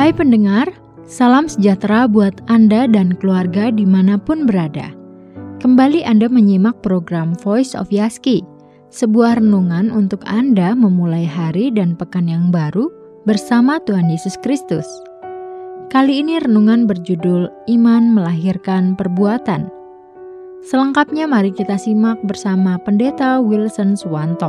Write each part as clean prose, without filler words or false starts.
Hai pendengar, salam sejahtera buat Anda dan keluarga dimanapun berada. Kembali Anda menyimak program Voice of Yaski, sebuah renungan untuk Anda memulai hari dan pekan yang baru bersama Tuhan Yesus Kristus. Kali ini renungan berjudul Iman Melahirkan Perbuatan. Selengkapnya mari kita simak bersama Pendeta Wilson Suwanto.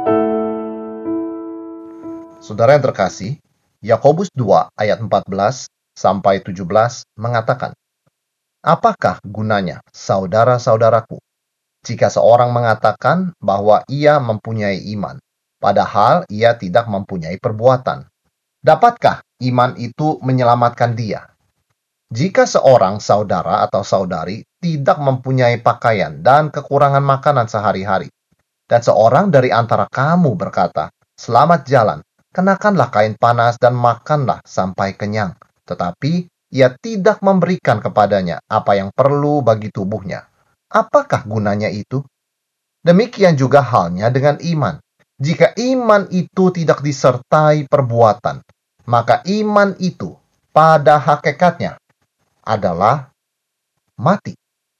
Saudara yang terkasih, Yakobus 2 ayat 14 sampai 17 mengatakan, "Apakah gunanya, saudara-saudaraku, jika seorang mengatakan bahwa ia mempunyai iman, padahal ia tidak mempunyai perbuatan? Dapatkah iman itu menyelamatkan dia? Jika seorang saudara atau saudari tidak mempunyai pakaian dan kekurangan makanan sehari-hari, dan seorang dari antara kamu berkata, 'Selamat jalan, kenakanlah kain panas dan makanlah sampai kenyang,' tetapi ia tidak memberikan kepadanya apa yang perlu bagi tubuhnya. Apakah gunanya itu? Demikian juga halnya dengan iman. Jika iman itu tidak disertai perbuatan, maka iman itu pada hakikatnya adalah mati."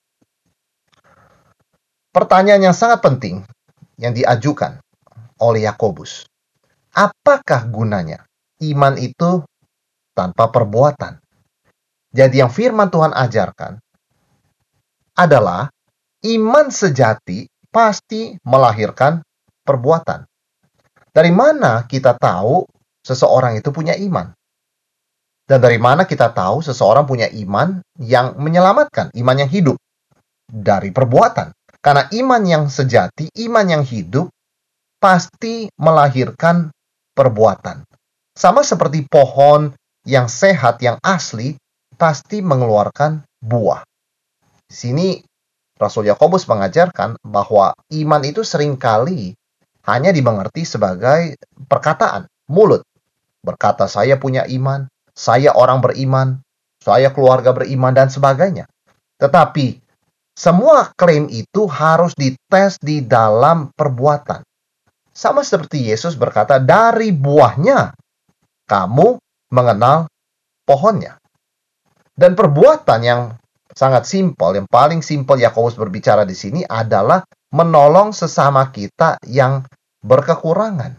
Pertanyaan yang sangat penting yang diajukan oleh Yakobus. Apakah gunanya iman itu tanpa perbuatan? Jadi yang firman Tuhan ajarkan adalah iman sejati pasti melahirkan perbuatan. Dari mana kita tahu seseorang itu punya iman? Dan dari mana kita tahu seseorang punya iman yang menyelamatkan, iman yang hidup? Dari perbuatan. Karena iman yang sejati, iman yang hidup, pasti melahirkan perbuatan. Sama seperti pohon yang sehat, yang asli, pasti mengeluarkan buah. Di sini Rasul Yakobus mengajarkan bahwa iman itu seringkali hanya dimengerti sebagai perkataan, mulut. Berkata, saya punya iman, saya orang beriman, saya keluarga beriman, dan sebagainya. Tetapi semua klaim itu harus dites di dalam perbuatan. Sama seperti Yesus berkata, dari buahnya kamu mengenal pohonnya. Dan perbuatan yang sangat simpel, yang paling simpel Yakobus berbicara di sini adalah menolong sesama kita yang berkekurangan.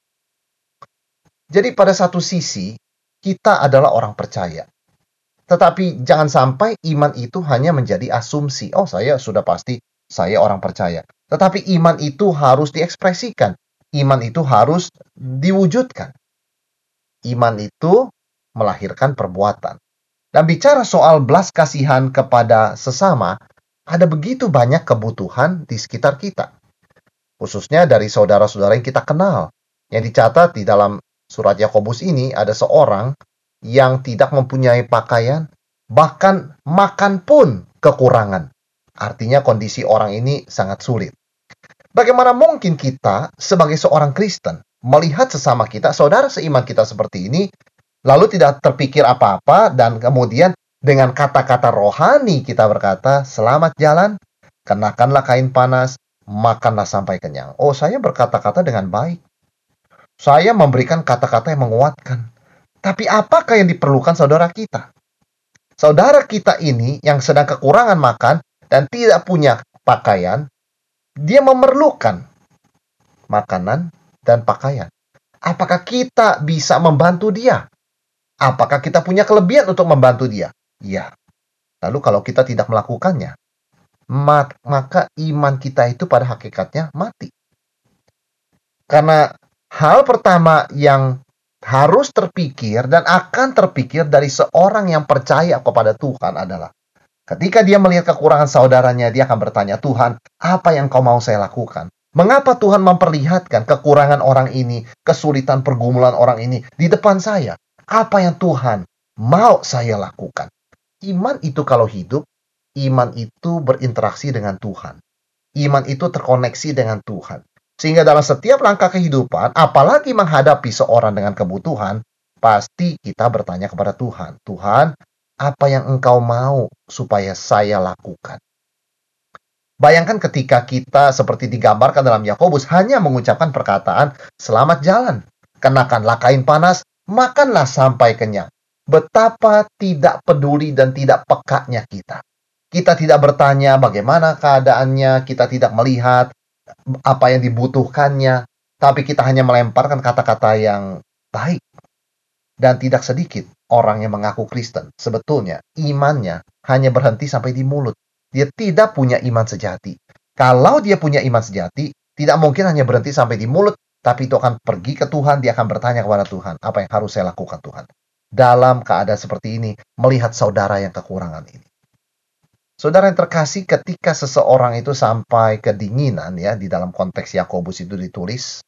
Jadi pada satu sisi, kita adalah orang percaya. Tetapi jangan sampai iman itu hanya menjadi asumsi. Oh, saya sudah pasti, saya orang percaya. Tetapi iman itu harus diekspresikan. Iman itu harus diwujudkan. Iman itu melahirkan perbuatan. Dan bicara soal belas kasihan kepada sesama, ada begitu banyak kebutuhan di sekitar kita. Khususnya dari saudara-saudara yang kita kenal. Yang dicatat di dalam surat Yakobus ini, ada seorang yang tidak mempunyai pakaian, bahkan makan pun kekurangan. Artinya kondisi orang ini sangat sulit. Bagaimana mungkin kita sebagai seorang Kristen melihat sesama kita, saudara seiman kita seperti ini, lalu tidak terpikir apa-apa, dan kemudian dengan kata-kata rohani kita berkata, selamat jalan, kenakanlah kain panas, makanlah sampai kenyang. Oh, saya berkata-kata dengan baik. Saya memberikan kata-kata yang menguatkan. Tapi apakah yang diperlukan saudara kita? Saudara kita ini yang sedang kekurangan makan dan tidak punya pakaian, dia memerlukan makanan dan pakaian. Apakah kita bisa membantu dia? Apakah kita punya kelebihan untuk membantu dia? Ya. Lalu kalau kita tidak melakukannya, maka iman kita itu pada hakikatnya mati. Karena hal pertama yang harus terpikir dan akan terpikir dari seorang yang percaya kepada Tuhan adalah ketika dia melihat kekurangan saudaranya, dia akan bertanya, Tuhan, apa yang kau mau saya lakukan? Mengapa Tuhan memperlihatkan kekurangan orang ini, kesulitan pergumulan orang ini di depan saya? Apa yang Tuhan mau saya lakukan? Iman itu kalau hidup, iman itu berinteraksi dengan Tuhan. Iman itu terkoneksi dengan Tuhan. Sehingga dalam setiap langkah kehidupan, apalagi menghadapi seorang dengan kebutuhan, pasti kita bertanya kepada Tuhan, Tuhan, apa yang Engkau mau supaya saya lakukan? Bayangkan ketika kita seperti digambarkan dalam Yakobus hanya mengucapkan perkataan, selamat jalan, kenakanlah kain panas, makanlah sampai kenyang. Betapa tidak peduli dan tidak pekanya kita. Kita tidak bertanya bagaimana keadaannya, kita tidak melihat apa yang dibutuhkannya, tapi kita hanya melemparkan kata-kata yang baik. Dan tidak sedikit orang yang mengaku Kristen, sebetulnya imannya hanya berhenti sampai di mulut. Dia tidak punya iman sejati. Kalau dia punya iman sejati, tidak mungkin hanya berhenti sampai di mulut, tapi itu akan pergi ke Tuhan, dia akan bertanya kepada Tuhan, apa yang harus saya lakukan Tuhan? Dalam keadaan seperti ini, melihat saudara yang kekurangan ini. Saudara yang terkasih, ketika seseorang itu sampai kedinginan, ya, di dalam konteks Yakobus itu ditulis,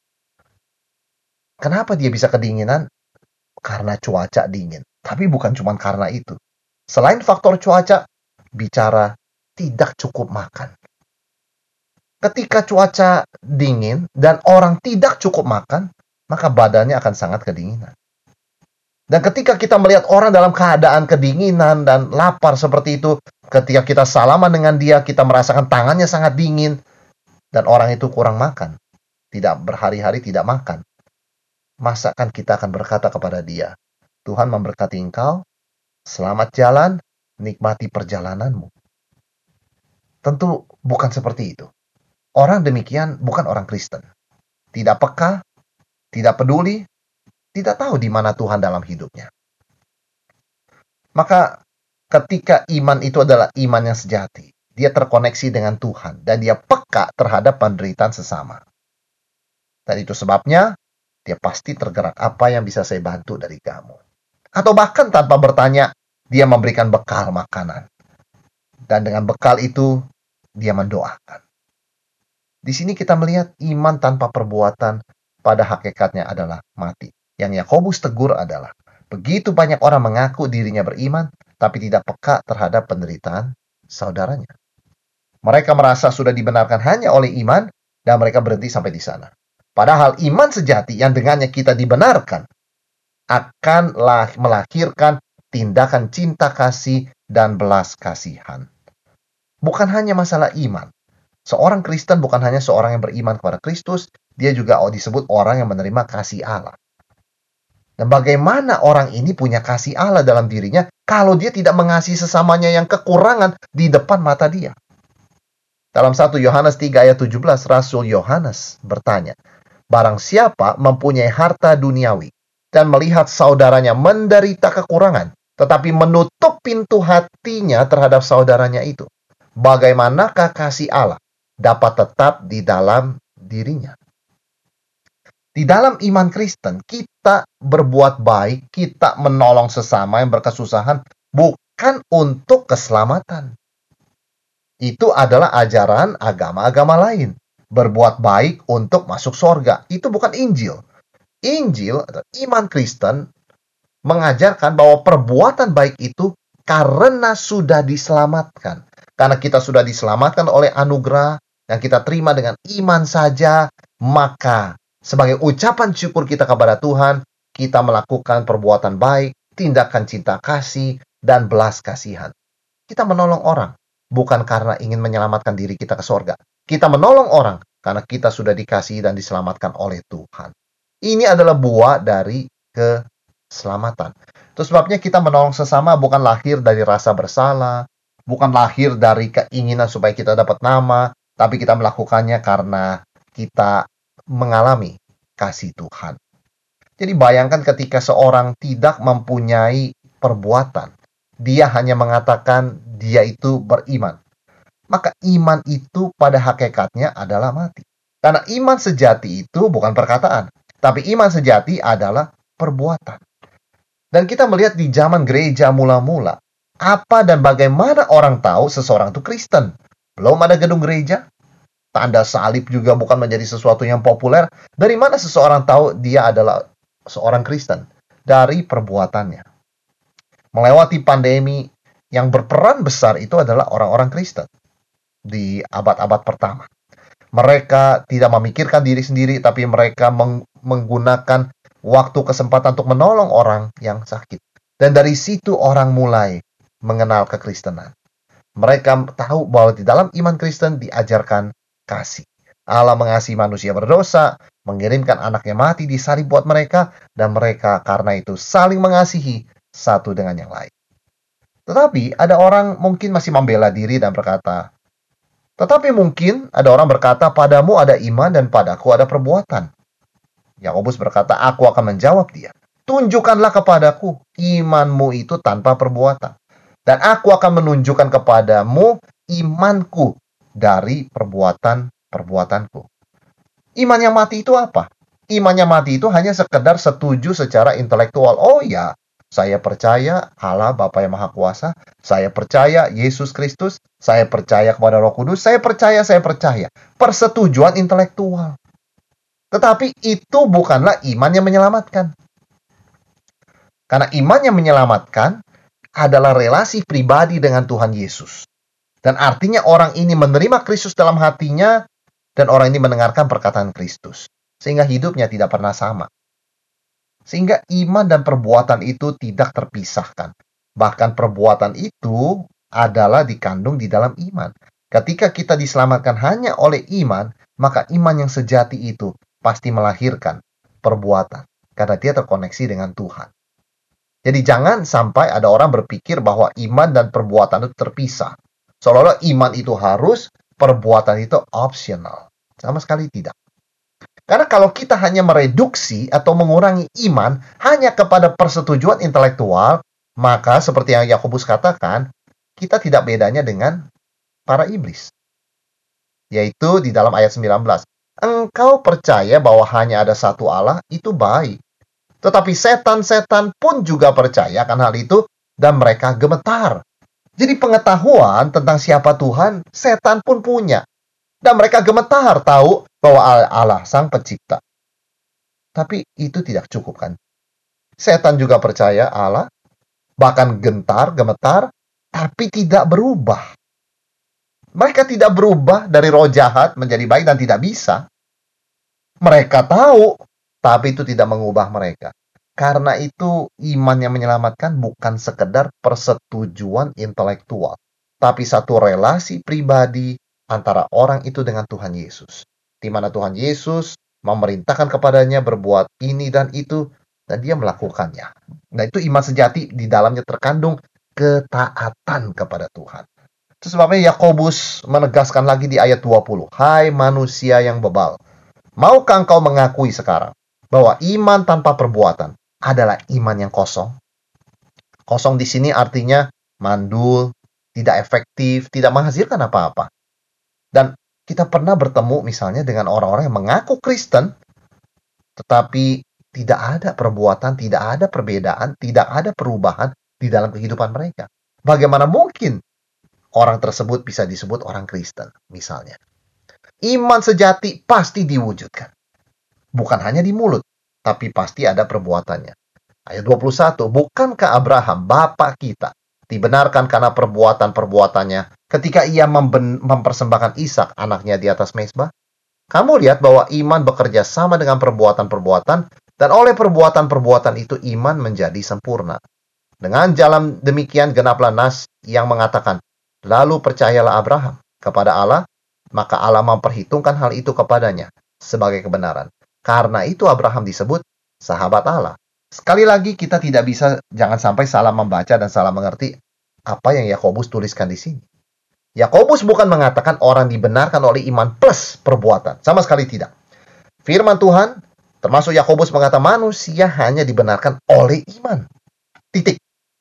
kenapa dia bisa kedinginan? Karena cuaca dingin. Tapi bukan cuma karena itu. Selain faktor cuaca, bicara tidak cukup makan. Ketika cuaca dingin dan orang tidak cukup makan, maka badannya akan sangat kedinginan. Dan ketika kita melihat orang dalam keadaan kedinginan dan lapar seperti itu, ketika kita salaman dengan dia, kita merasakan tangannya sangat dingin, dan orang itu kurang makan, tidak berhari-hari tidak makan. Masakan kita akan berkata kepada dia, Tuhan memberkati engkau, selamat jalan, nikmati perjalananmu. Tentu bukan seperti itu. Orang demikian bukan orang Kristen. Tidak peka, tidak peduli, tidak tahu di mana Tuhan dalam hidupnya. Maka ketika iman itu adalah iman yang sejati, dia terkoneksi dengan Tuhan dan dia peka terhadap penderitaan sesama. Dan itu sebabnya dia pasti tergerak, apa yang bisa saya bantu dari kamu. Atau bahkan tanpa bertanya, dia memberikan bekal makanan. Dan dengan bekal itu, dia mendoakan. Di sini kita melihat iman tanpa perbuatan pada hakikatnya adalah mati. Yang Yakobus tegur adalah, begitu banyak orang mengaku dirinya beriman, tapi tidak peka terhadap penderitaan saudaranya. Mereka merasa sudah dibenarkan hanya oleh iman, dan mereka berhenti sampai di sana. Padahal iman sejati yang dengannya kita dibenarkan akan melahirkan tindakan cinta kasih dan belas kasihan. Bukan hanya masalah iman. Seorang Kristen bukan hanya seorang yang beriman kepada Kristus, dia juga disebut orang yang menerima kasih Allah. Dan bagaimana orang ini punya kasih Allah dalam dirinya kalau dia tidak mengasihi sesamanya yang kekurangan di depan mata dia? Dalam 1 Yohanes 3 ayat 17, Rasul Yohanes bertanya, barang siapa mempunyai harta duniawi dan melihat saudaranya menderita kekurangan, tetapi menutup pintu hatinya terhadap saudaranya itu, bagaimanakah kasih Allah dapat tetap di dalam dirinya? Di dalam iman Kristen, kita berbuat baik, kita menolong sesama yang berkesusahan, bukan untuk keselamatan. Itu adalah ajaran agama-agama lain. Berbuat baik untuk masuk surga. Itu bukan Injil. Injil atau iman Kristen mengajarkan bahwa perbuatan baik itu karena sudah diselamatkan. Karena kita sudah diselamatkan oleh anugerah yang kita terima dengan iman saja, maka sebagai ucapan syukur kita kepada Tuhan, kita melakukan perbuatan baik, tindakan cinta kasih, dan belas kasihan. Kita menolong orang, bukan karena ingin menyelamatkan diri kita ke surga. Kita menolong orang karena kita sudah dikasihi dan diselamatkan oleh Tuhan. Ini adalah buah dari keselamatan. Itu sebabnya kita menolong sesama bukan lahir dari rasa bersalah, bukan lahir dari keinginan supaya kita dapat nama, tapi kita melakukannya karena kita mengalami kasih Tuhan. Jadi bayangkan ketika seorang tidak mempunyai perbuatan, dia hanya mengatakan dia itu beriman. Maka iman itu pada hakikatnya adalah mati. Karena iman sejati itu bukan perkataan, tapi iman sejati adalah perbuatan. Dan kita melihat di zaman gereja mula-mula, apa dan bagaimana orang tahu seseorang itu Kristen? Belum ada gedung gereja, tanda salib juga bukan menjadi sesuatu yang populer. Dari mana seseorang tahu dia adalah seorang Kristen? Dari perbuatannya. Melewati pandemi, yang berperan besar itu adalah orang-orang Kristen di abad-abad pertama. Mereka tidak memikirkan diri sendiri, tapi mereka menggunakan waktu kesempatan untuk menolong orang yang sakit. Dan dari situ orang mulai mengenal kekristenan. Mereka tahu bahwa di dalam iman Kristen diajarkan kasih. Allah mengasihi manusia berdosa, mengirimkan anaknya mati di salib buat mereka, dan mereka karena itu saling mengasihi satu dengan yang lain. Tetapi ada orang mungkin masih membela diri dan berkata, tetapi mungkin ada orang berkata, padamu ada iman dan padaku ada perbuatan. Yakobus berkata, aku akan menjawab dia, tunjukkanlah kepadaku imanmu itu tanpa perbuatan. Dan aku akan menunjukkan kepadamu imanku dari perbuatan-perbuatanku. Iman yang mati itu apa? Iman yang mati itu hanya sekedar setuju secara intelektual. Oh ya, saya percaya Allah Bapa yang Maha Kuasa, saya percaya Yesus Kristus, saya percaya kepada Roh Kudus, saya percaya. Persetujuan intelektual. Tetapi itu bukanlah iman yang menyelamatkan. Karena iman yang menyelamatkan adalah relasi pribadi dengan Tuhan Yesus. Dan artinya orang ini menerima Kristus dalam hatinya, dan orang ini mendengarkan perkataan Kristus. Sehingga hidupnya tidak pernah sama. Sehingga iman dan perbuatan itu tidak terpisahkan. Bahkan perbuatan itu adalah dikandung di dalam iman. Ketika kita diselamatkan hanya oleh iman, maka iman yang sejati itu pasti melahirkan perbuatan. Karena dia terkoneksi dengan Tuhan. Jadi jangan sampai ada orang berpikir bahwa iman dan perbuatan itu terpisah. Seolah-olah iman itu harus, perbuatan itu optional. Sama sekali tidak. Karena kalau kita hanya mereduksi atau mengurangi iman hanya kepada persetujuan intelektual, maka seperti yang Yakobus katakan, kita tidak bedanya dengan para iblis. Yaitu di dalam ayat 19. Engkau percaya bahwa hanya ada satu Allah, itu baik. Tetapi setan-setan pun juga percaya akan hal itu, dan mereka gemetar. Jadi pengetahuan tentang siapa Tuhan, setan pun punya. Dan mereka gemetar tahu bahwa Allah Sang Pencipta. Tapi itu tidak cukup kan? Setan juga percaya Allah, bahkan gemetar, tapi tidak berubah. Mereka tidak berubah dari roh jahat menjadi baik dan tidak bisa. Mereka tahu, tapi itu tidak mengubah mereka. Karena itu iman yang menyelamatkan bukan sekedar persetujuan intelektual, tapi satu relasi pribadi antara orang itu dengan Tuhan Yesus. Di mana Tuhan Yesus memerintahkan kepadanya berbuat ini dan itu, dan dia melakukannya. Nah, itu iman sejati, di dalamnya terkandung ketaatan kepada Tuhan. Itu sebabnya Yakobus menegaskan lagi di ayat 20. Hai manusia yang bebal, maukah engkau mengakui sekarang bahwa iman tanpa perbuatan adalah iman yang kosong? Kosong di sini artinya mandul, tidak efektif, tidak menghasilkan apa-apa. Dan kita pernah bertemu misalnya dengan orang-orang yang mengaku Kristen, tetapi tidak ada perbuatan, tidak ada perbedaan, tidak ada perubahan di dalam kehidupan mereka. Bagaimana mungkin orang tersebut bisa disebut orang Kristen, misalnya? Iman sejati pasti diwujudkan. Bukan hanya di mulut, tapi pasti ada perbuatannya. Ayat 21, bukankah Abraham, bapa kita, dibenarkan karena perbuatan-perbuatannya ketika ia mempersembahkan Ishak anaknya di atas mezbah? Kamu lihat bahwa iman bekerja sama dengan perbuatan-perbuatan, dan oleh perbuatan-perbuatan itu iman menjadi sempurna. Dengan jalan demikian genaplah nas yang mengatakan, lalu percayalah Abraham kepada Allah, maka Allah memperhitungkan hal itu kepadanya sebagai kebenaran. Karena itu Abraham disebut sahabat Allah. Sekali lagi kita tidak bisa, jangan sampai salah membaca dan salah mengerti apa yang Yakobus tuliskan di sini. Yakobus bukan mengatakan orang dibenarkan oleh iman plus perbuatan. Sama sekali tidak. Firman Tuhan, termasuk Yakobus mengatakan manusia hanya dibenarkan oleh iman. Titik.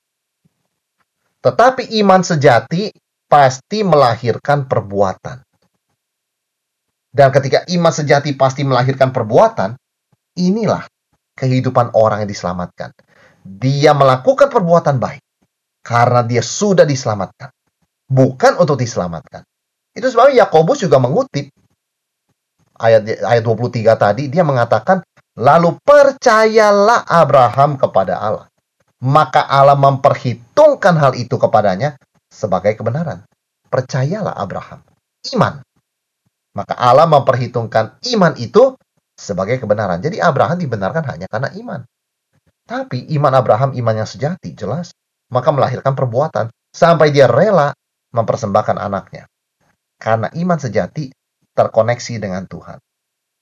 Tetapi iman sejati pasti melahirkan perbuatan. Dan ketika iman sejati pasti melahirkan perbuatan, inilah kehidupan orang yang diselamatkan. Dia melakukan perbuatan baik karena dia sudah diselamatkan, bukan untuk diselamatkan. Itu sebabnya Yakobus juga mengutip ayat 23 tadi, dia mengatakan, lalu percayalah Abraham kepada Allah, maka Allah memperhitungkan hal itu kepadanya sebagai kebenaran. Percayalah Abraham, iman. Maka Allah memperhitungkan iman itu sebagai kebenaran. Jadi Abraham dibenarkan hanya karena iman. Tapi iman Abraham, iman yang sejati, jelas. Maka melahirkan perbuatan. Sampai dia rela mempersembahkan anaknya. Karena iman sejati terkoneksi dengan Tuhan.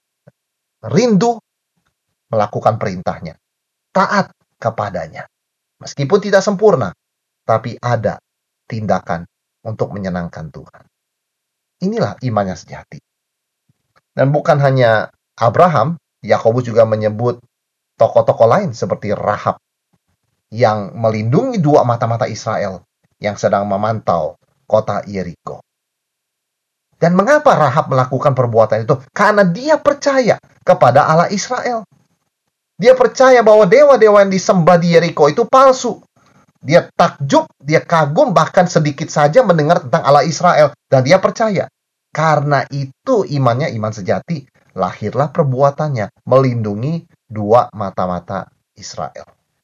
Rindu melakukan perintahnya. Taat kepadanya. Meskipun tidak sempurna, tapi ada tindakan untuk menyenangkan Tuhan. Inilah iman yang sejati. Dan bukan hanya Abraham, Yakobus juga menyebut tokoh-tokoh lain seperti Rahab yang melindungi dua mata-mata Israel yang sedang memantau kota Yeriko. Dan mengapa Rahab melakukan perbuatan itu? Karena dia percaya kepada Allah Israel. Dia percaya bahwa dewa-dewa yang disembah di Yeriko itu palsu. Dia takjub, dia kagum, bahkan sedikit saja mendengar tentang Allah Israel. Dan dia percaya. Karena itu imannya iman sejati. Lahirlah perbuatannya melindungi dua mata-mata Israel.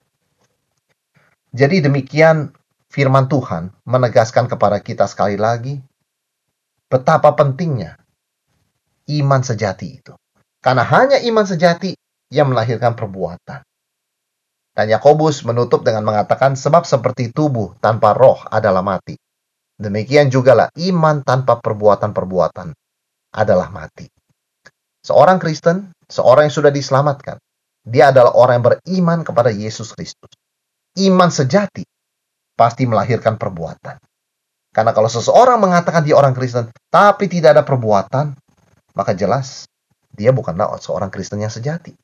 Jadi demikian firman Tuhan menegaskan kepada kita sekali lagi betapa pentingnya iman sejati itu. Karena hanya iman sejati yang melahirkan perbuatan. Dan Yakobus menutup dengan mengatakan sebab seperti tubuh tanpa roh adalah mati. Demikian jugalah iman tanpa perbuatan-perbuatan adalah mati. Seorang Kristen, seorang yang sudah diselamatkan, dia adalah orang yang beriman kepada Yesus Kristus. Iman sejati pasti melahirkan perbuatan. Karena kalau seseorang mengatakan dia orang Kristen, tapi tidak ada perbuatan, maka jelas dia bukanlah seorang Kristen yang sejati.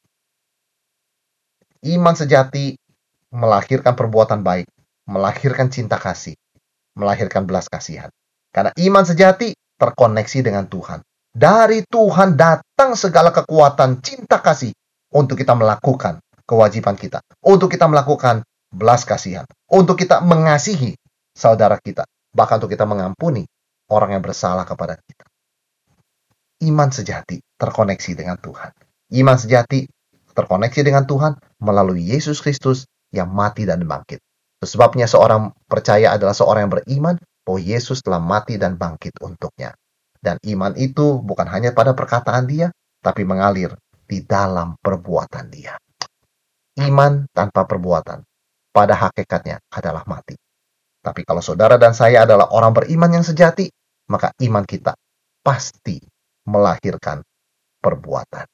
Iman sejati melahirkan perbuatan baik, melahirkan cinta kasih, melahirkan belas kasihan. Karena iman sejati terkoneksi dengan Tuhan. Dari Tuhan datang segala kekuatan cinta kasih untuk kita melakukan kewajiban kita, untuk kita melakukan belas kasihan, untuk kita mengasihi saudara kita, bahkan untuk kita mengampuni orang yang bersalah kepada kita. Iman sejati terkoneksi dengan Tuhan. Iman sejati terkoneksi dengan Tuhan melalui Yesus Kristus yang mati dan bangkit. Sebabnya seorang percaya adalah seorang yang beriman bahwa Yesus telah mati dan bangkit untuknya. Dan iman itu bukan hanya pada perkataan dia, tapi mengalir di dalam perbuatan dia. Iman tanpa perbuatan pada hakikatnya adalah mati. Tapi kalau saudara dan saya adalah orang beriman yang sejati, maka iman kita pasti melahirkan perbuatan.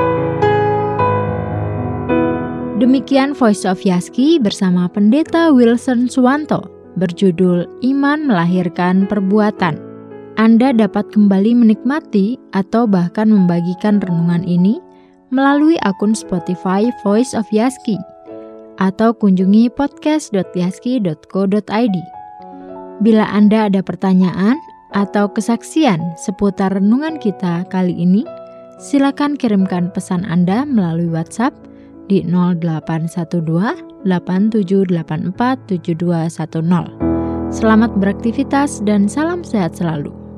Demikian Voice of Yaski bersama Pendeta Wilson Suwanto berjudul Iman Melahirkan Perbuatan. Anda dapat kembali menikmati atau bahkan membagikan renungan ini melalui akun Spotify Voice of Yaski atau kunjungi podcast.yaski.co.id. Bila Anda ada pertanyaan atau kesaksian seputar renungan kita kali ini, silakan kirimkan pesan Anda melalui WhatsApp di 0812 8784 7210. Selamat beraktivitas dan salam sehat selalu.